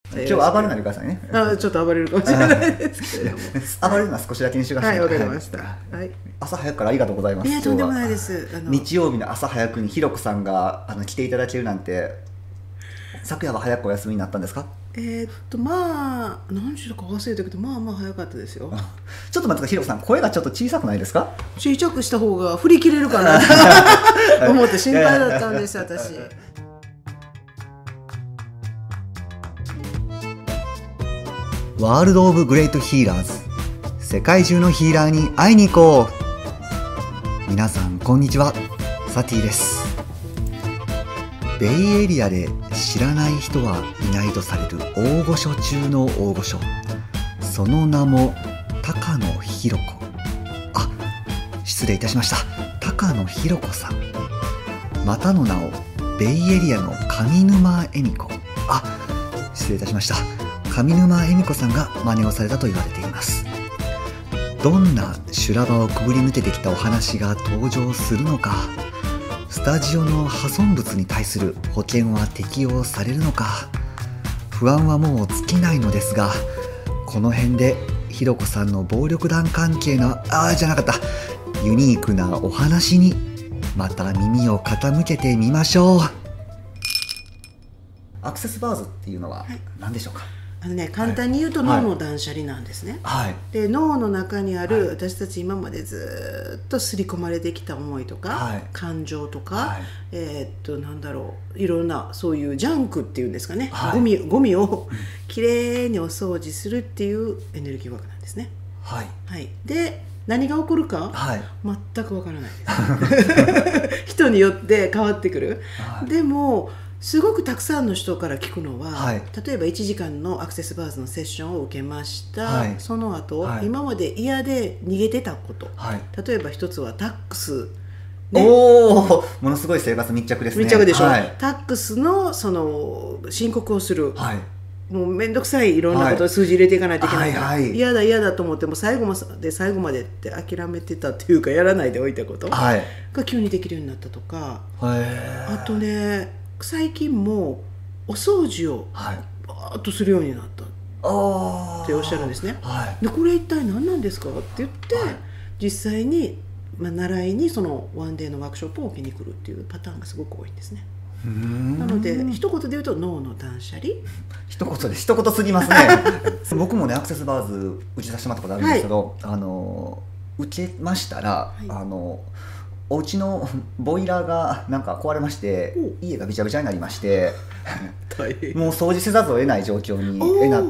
今日は暴れないでくださいね。 ちょっと暴れるかもしれないですけども暴れるのは少しだけにしてください。 はい、わかりました。はい。 朝早くからありがとうございます。 いや、とんでもないです。 日曜日の朝早くにひろこさんが来ていただけるなんて。昨夜は早くお休みになったんですか？ まあ何時だか忘れたけど、まあまあ早かったですよ。 ちょっと待ってください、ひろこさん、声がちょっと小さくないですか？ 小さくした方が振り切れるかなと思って心配だったんです私。 ワールド・オブ・グレート・ヒーラーズ、世界中のヒーラーに会いに行こう。皆さんこんにちは、サティです。ベイエリアで知らない人はいないとされる大御所中の大御所、その名も高野ひろ子。失礼いたしました。高野ひろ子さん、またの名をベイエリアの上沼恵美子。失礼いたしました。上沼恵美子さんが真似をされたと言われています。どんな修羅場をくぐり抜けてきたお話が登場するのか、スタジオの破損物に対する保険は適用されるのか、不安はもう尽きないのですが、この辺でひろこさんの暴力団関係のユニークなお話にまた耳を傾けてみましょう。アクセスバーズっていうのは何でしょうか？ 簡単に言うと脳の断捨離なんですね。で、脳の中にある私たち今までずっと刷り込まれてきた思いとか、感情とか、なんだろう、いろんなそういうジャンクっていうんですかね、ゴミをきれいにお掃除するっていうエネルギーワークなんですね。で、何が起こるか、全くわからないです人によって変わってくる。でもすごくたくさんの人から聞くのは、例えば1時間のアクセスバーズのセッションを受けました、その後、今まで嫌で逃げてたこと、例えば一つはタックス、 ものすごい生活密着ですね。 密着でしょ、タックスのその申告をする、もうめんどくさい、いろんなこと数字入れていかないといけないから、嫌だと思っても最後までって諦めてたっていうか、やらないでおいたことが急にできるようになったとか、あとね、最近もお掃除をバーッとするようになったっておっしゃるんですね。で、これ一体何なんですかって言って、実際に、習いにそのワンデーのワークショップを受けに来るっていうパターンがすごく多いんですね。なので一言で言うと脳の断捨離。 一言すぎますね僕もね、アクセスバーズ打ち出してもらったことあるんですけど、受けましたら、お家のボイラーがなんか壊れまして、家がびちゃびちゃになりましてもう掃除せざるを得ない状況になって、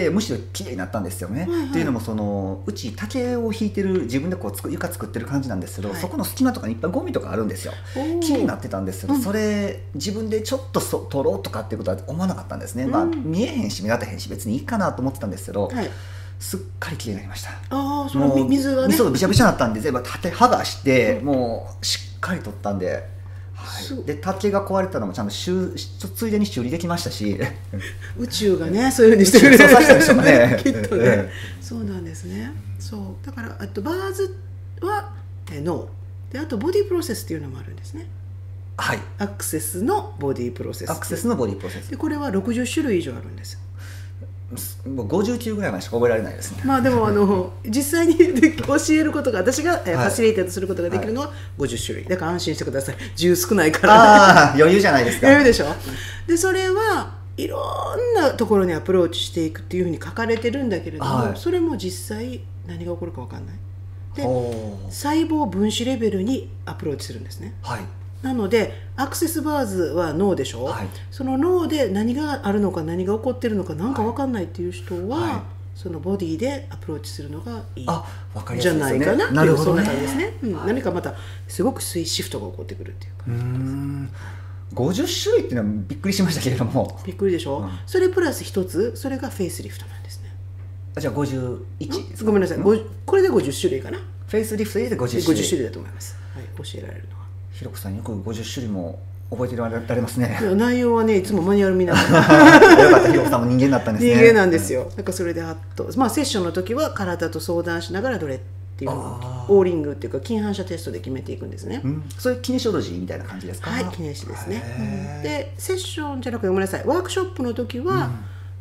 むしろきれいになったんですよね。っていうのも、うち竹を引いてる、自分で床作ってる感じなんですけど、そこの隙間とかにいっぱいゴミとかあるんですよ。きれいになってたんですけど、それ自分でちょっと取ろうとかっていうことは思わなかったんですね。見えへんし目立てへんし別にいいかなと思ってたんですけど、すっかりきれいになりました。 その水がね、 びしゃびしゃになったんで全部竹剥がして、もうしっかり取ったんで、で竹が壊れたのもちゃんとついでに修理できましたし宇宙がね、そういうふうにしてくれるそうさせたでしょうかねきっとね、そうなんですね。そうだから、バーズは脳で、あとボディプロセスっていうのもあるんですね。アクセスのボディプロセス、でこれは60種類以上あるんですよ。 もう59ぐらいまでしか覚えられないですね。 でも実際に教えることが、私がファシリテートすることができるのは50種類だから安心してください。10少ないから余裕じゃないですか。 余裕でしょ。でそれはいろんなところにアプローチしていくっていうふうに書かれてるんだけれども、それも実際何が起こるか分かんない。で細胞分子レベルにアプローチするんですね。なのでアクセスバーズは脳でしょ、その脳で何があるのか何が起こってるのか何か分かんないっていう人は、そのボディでアプローチするのがいいじゃないかなっていう、そんな感じですね。何かまたすごくシフトが起こってくるっていう感じ。 50種類っていうのはびっくりしましたけれども。 びっくりでしょ、それプラス一つ、それがフェイスリフトなんですね。 じゃあ51ですか？ ごめんなさい、これで50種類かな。 フェイスリフトで50 種類だと思います、教えられるのは。 ひろこさんよく50種類も覚えてられますね。 内容はね、いつもマニュアル見ながらよかった、ひろこさんも人間だったんですね。 人間なんですよ。なんかそれでセッションの時は体と相談しながらどれっていうのをオーリングっていうか近反射テストで決めていくんですね。 それキネシオロジーみたいな感じですか？ キネシですね。でセッションじゃなくて、ごめんなさい、ワークショップの時は、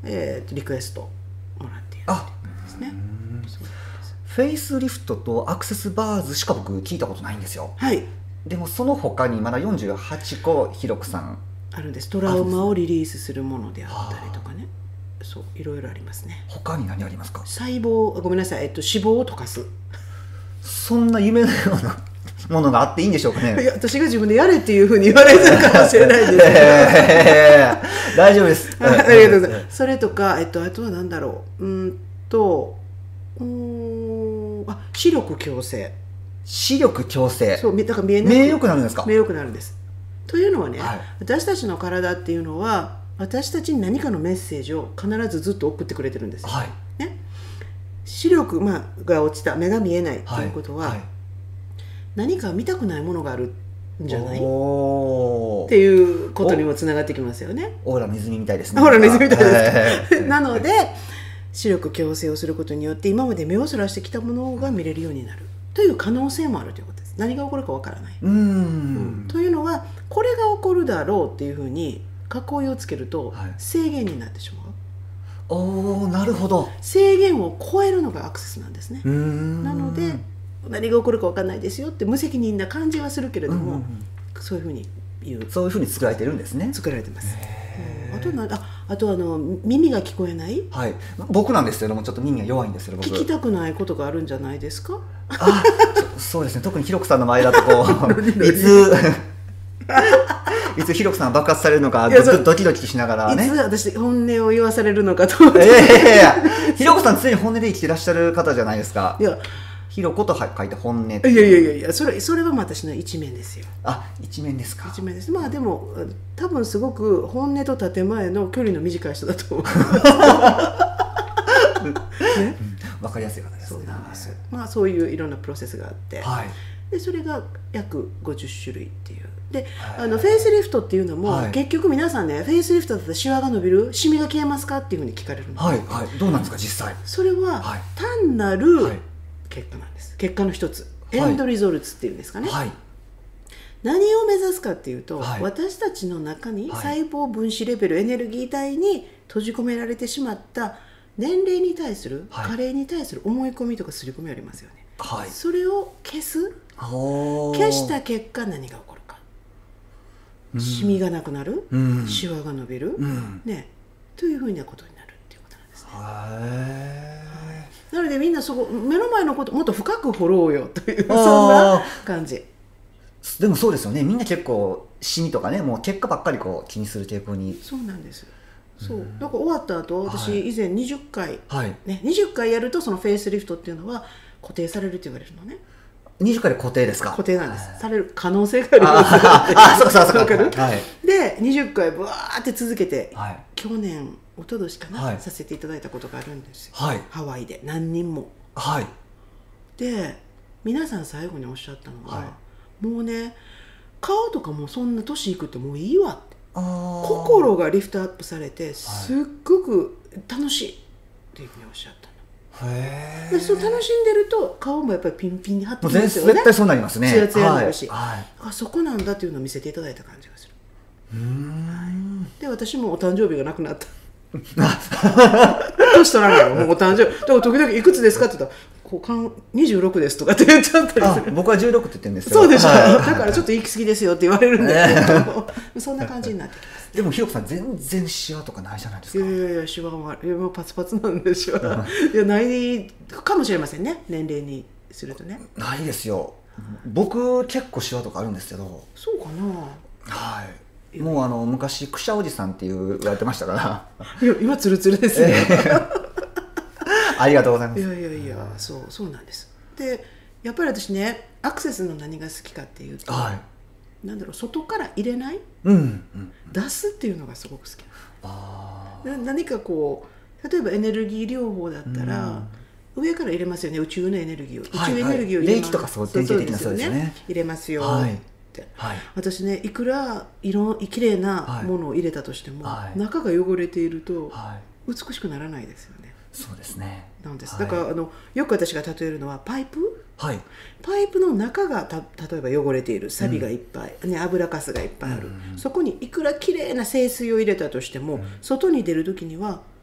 リクエストもらっているっていうことですね。 フェイスリフトとアクセスバーズしか僕聞いたことないんですよ。 はい。 でもその他にまだ48個ヒロクさんあるんです。トラウマをリリースするものであったりとかね、そういろいろありますね。 他に何ありますか？ 細胞、ごめんなさい、脂肪を溶かす。 そんな夢のようなものがあっていいんでしょうかね。 いや、私が自分でやれっていうふうに言われたかもしれないですけど大丈夫です。 ありがとうございます。それとか、あとは何だろう、視力矯正。 視力矯正。 そう、だから見えない。 見え良くなるんですか？ 見え良くなるんです。というのはね、 はい、 私たちの体っていうのは私たちに何かのメッセージを必ずずっと送ってくれてるんですよ、 はいね、視力、が落ちた、目が見えないということは、はいはい、何か見たくないものがあるんじゃないっていうことにもつながってきますよね。 オーラネズミみたいですね。 オーラネズミみたいですなので視力矯正をすることによって今まで目をそらしてきたものが見れるようになるという可能性もあるということです。何が起こるかわからない。というのはこれが起こるだろうっていうふうに囲いをつけると制限になってしまう、 なるほど。 制限を超えるのがアクセスなんですね。なので何が起こるか分かんないですよって無責任な感じはするけれども、そういうふうに言う、 そういうふうに作られてるんですね。 作られてます。あと耳が聞こえない、 はい、僕なんですけどもちょっと耳が弱いんですけど、僕聞きたくないことがあるんじゃないですか？ そうですね。特にひろくさんの前だといつひろくさんが爆発されるのかドキドキしながらね、 いつ私本音を言わされるのかと思って、 ひろくさん常に本音で生きてらっしゃる方じゃないですか。 いや、 ひろこと書いて本音。いやそれは私の一面ですよ。 一面ですか。 一面です。でも多分すごく本音と建前の距離の短い人だと思うね、 分かりやすい方ですね。 そうなんです。そういういろんなプロセスがあって、 はい、 でそれが約50種類っていう。でフェイスリフトっていうのも、結局皆さんね、フェイスリフトだったらシワが伸びる、シミが消えますかっていうふうに聞かれるんです。 どうなんですか実際。 それは、単なる結果なんです。結果の一つ、エンドリゾルツっていうんですかね、何を目指すかっていうと、私たちの中に細胞分子レベル、エネルギー体に閉じ込められてしまった年齢に対する、加齢に対する思い込みとか刷り込みありますよね、それを消す。消した結果何が起こるか、シミがなくなる、シワが伸びる、というふうなことになるっていうことなんですね。なのでみんな目の前のこともっと深く掘ろうよというそんな感じ。 でもそうですよね。みんな結構シミとかね、もう結果ばっかり気にする傾向に。 そうなんです。そうだから終わった後、私以前20回、20回やるとそのフェイスリフトっていうのは固定されるって言われるのね。 20回で固定ですか？固定なんです。される可能性があります。 そうか。 で20回ブワーって続けて、去年一昨年かな、させていただいたことがあるんですよ、ハワイで何人も。で皆さん最後におっしゃったのは、もうね、顔とかもそんな年いくってもういいわって、心がリフトアップされてすっごく楽しいっていうふうにおっしゃったの。でそう楽しんでると顔もやっぱりピンピンに張ってきますよね。 絶対そうなりますね。 ツヤツヤになるし、そこなんだっていうのを見せていただいた感じがする。で私もお誕生日がなくなった年取らないよ、もうお誕生日だから時々いくつですかって言ったら26ですとかって言っちゃったりする。 僕は16って言ってるんですけど。 そうでしょ、だからちょっと行き過ぎですよって言われるんだけどそんな感じになってきます。 でもひろこさん全然シワとかないじゃないですか。 いやシワはもうパツパツなんでしょいやないかもしれませんね、年齢にするとね。 ないですよ。僕結構シワとかあるんですけど。 そうかな。 もう昔くしゃおじさんって言われてましたから今ツルツルですねありがとうございます。 いやそうなんです。でやっぱり私ね、アクセスの何が好きかっていうと、なんだろう、外から入れない、出すっていうのがすごく好きなの。何か例えばエネルギー療法だったら、上から入れますよね、宇宙のエネルギーを。宇宙エネルギーを入れます。 霊気とかそう典型的なそうですよね。 入れますよって、私ね、いくらきれいなものを入れたとしても、中が汚れていると美しくならないですよね。 そうですね。 なんです。だからよく私が例えるのはパイプ、パイプの中が例えば汚れている、サビがいっぱい、油かすがいっぱいある、そこにいくらきれいな清水を入れたとしても、外に出る時には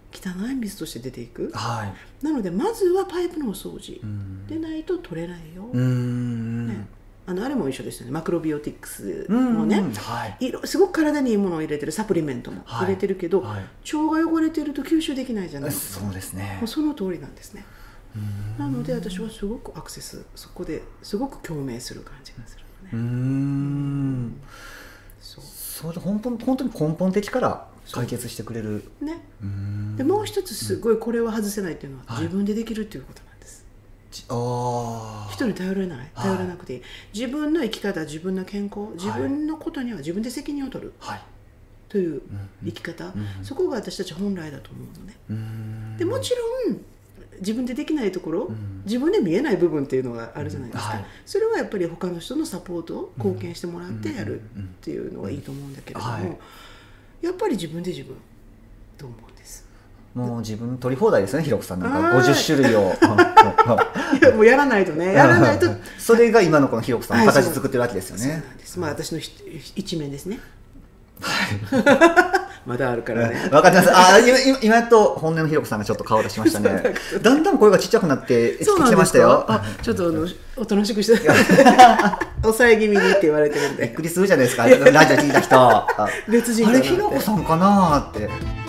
汚い水として出ていく、なのでまずはパイプのお掃除でないと取れないよ、ね、あれも一緒ですよね。マクロビオティックスもね、すごく体にいいものを入れてる、サプリメントも入れてるけど、腸が汚れてると吸収できないじゃないですか。 そうですね。 もうその通りなんですね。なので私はすごくアクセス、そこですごく共鳴する感じがするのね。 そうで本当に根本的から解決してくれるね。でもう一つすごいこれは外せないっていうのは、自分でできるっていうことなんです。人に頼らなくていい、自分の生き方、自分の健康、自分のことには自分で責任を取る、という生き方、そこが私たち本来だと思うのね。でもちろん自分でできないところ、自分で見えない部分っていうのがあるじゃないですか、それはやっぱり他の人のサポートを貢献してもらってやるっていうのがいいと思うんだけれども、やっぱり自分で自分と思うんです。 もう自分取り放題ですね、ひろこさん。なんか50種類をいやもうやらないとね、やらないとそれが今のこのひろこさんの形作ってるわけですよね。そうなんです。 まあ私の一面ですね。まだあるからね。 わかります。今やっと本音のひろこさんがちょっと顔出しましたね。だんだん声がちっちゃくなってきてましたよ。 ちょっとおとなしくして抑え気味にって言われてるんで。 びっくりするじゃないですか。ラジオ聞いた人。 別人あれひろこさんかなって。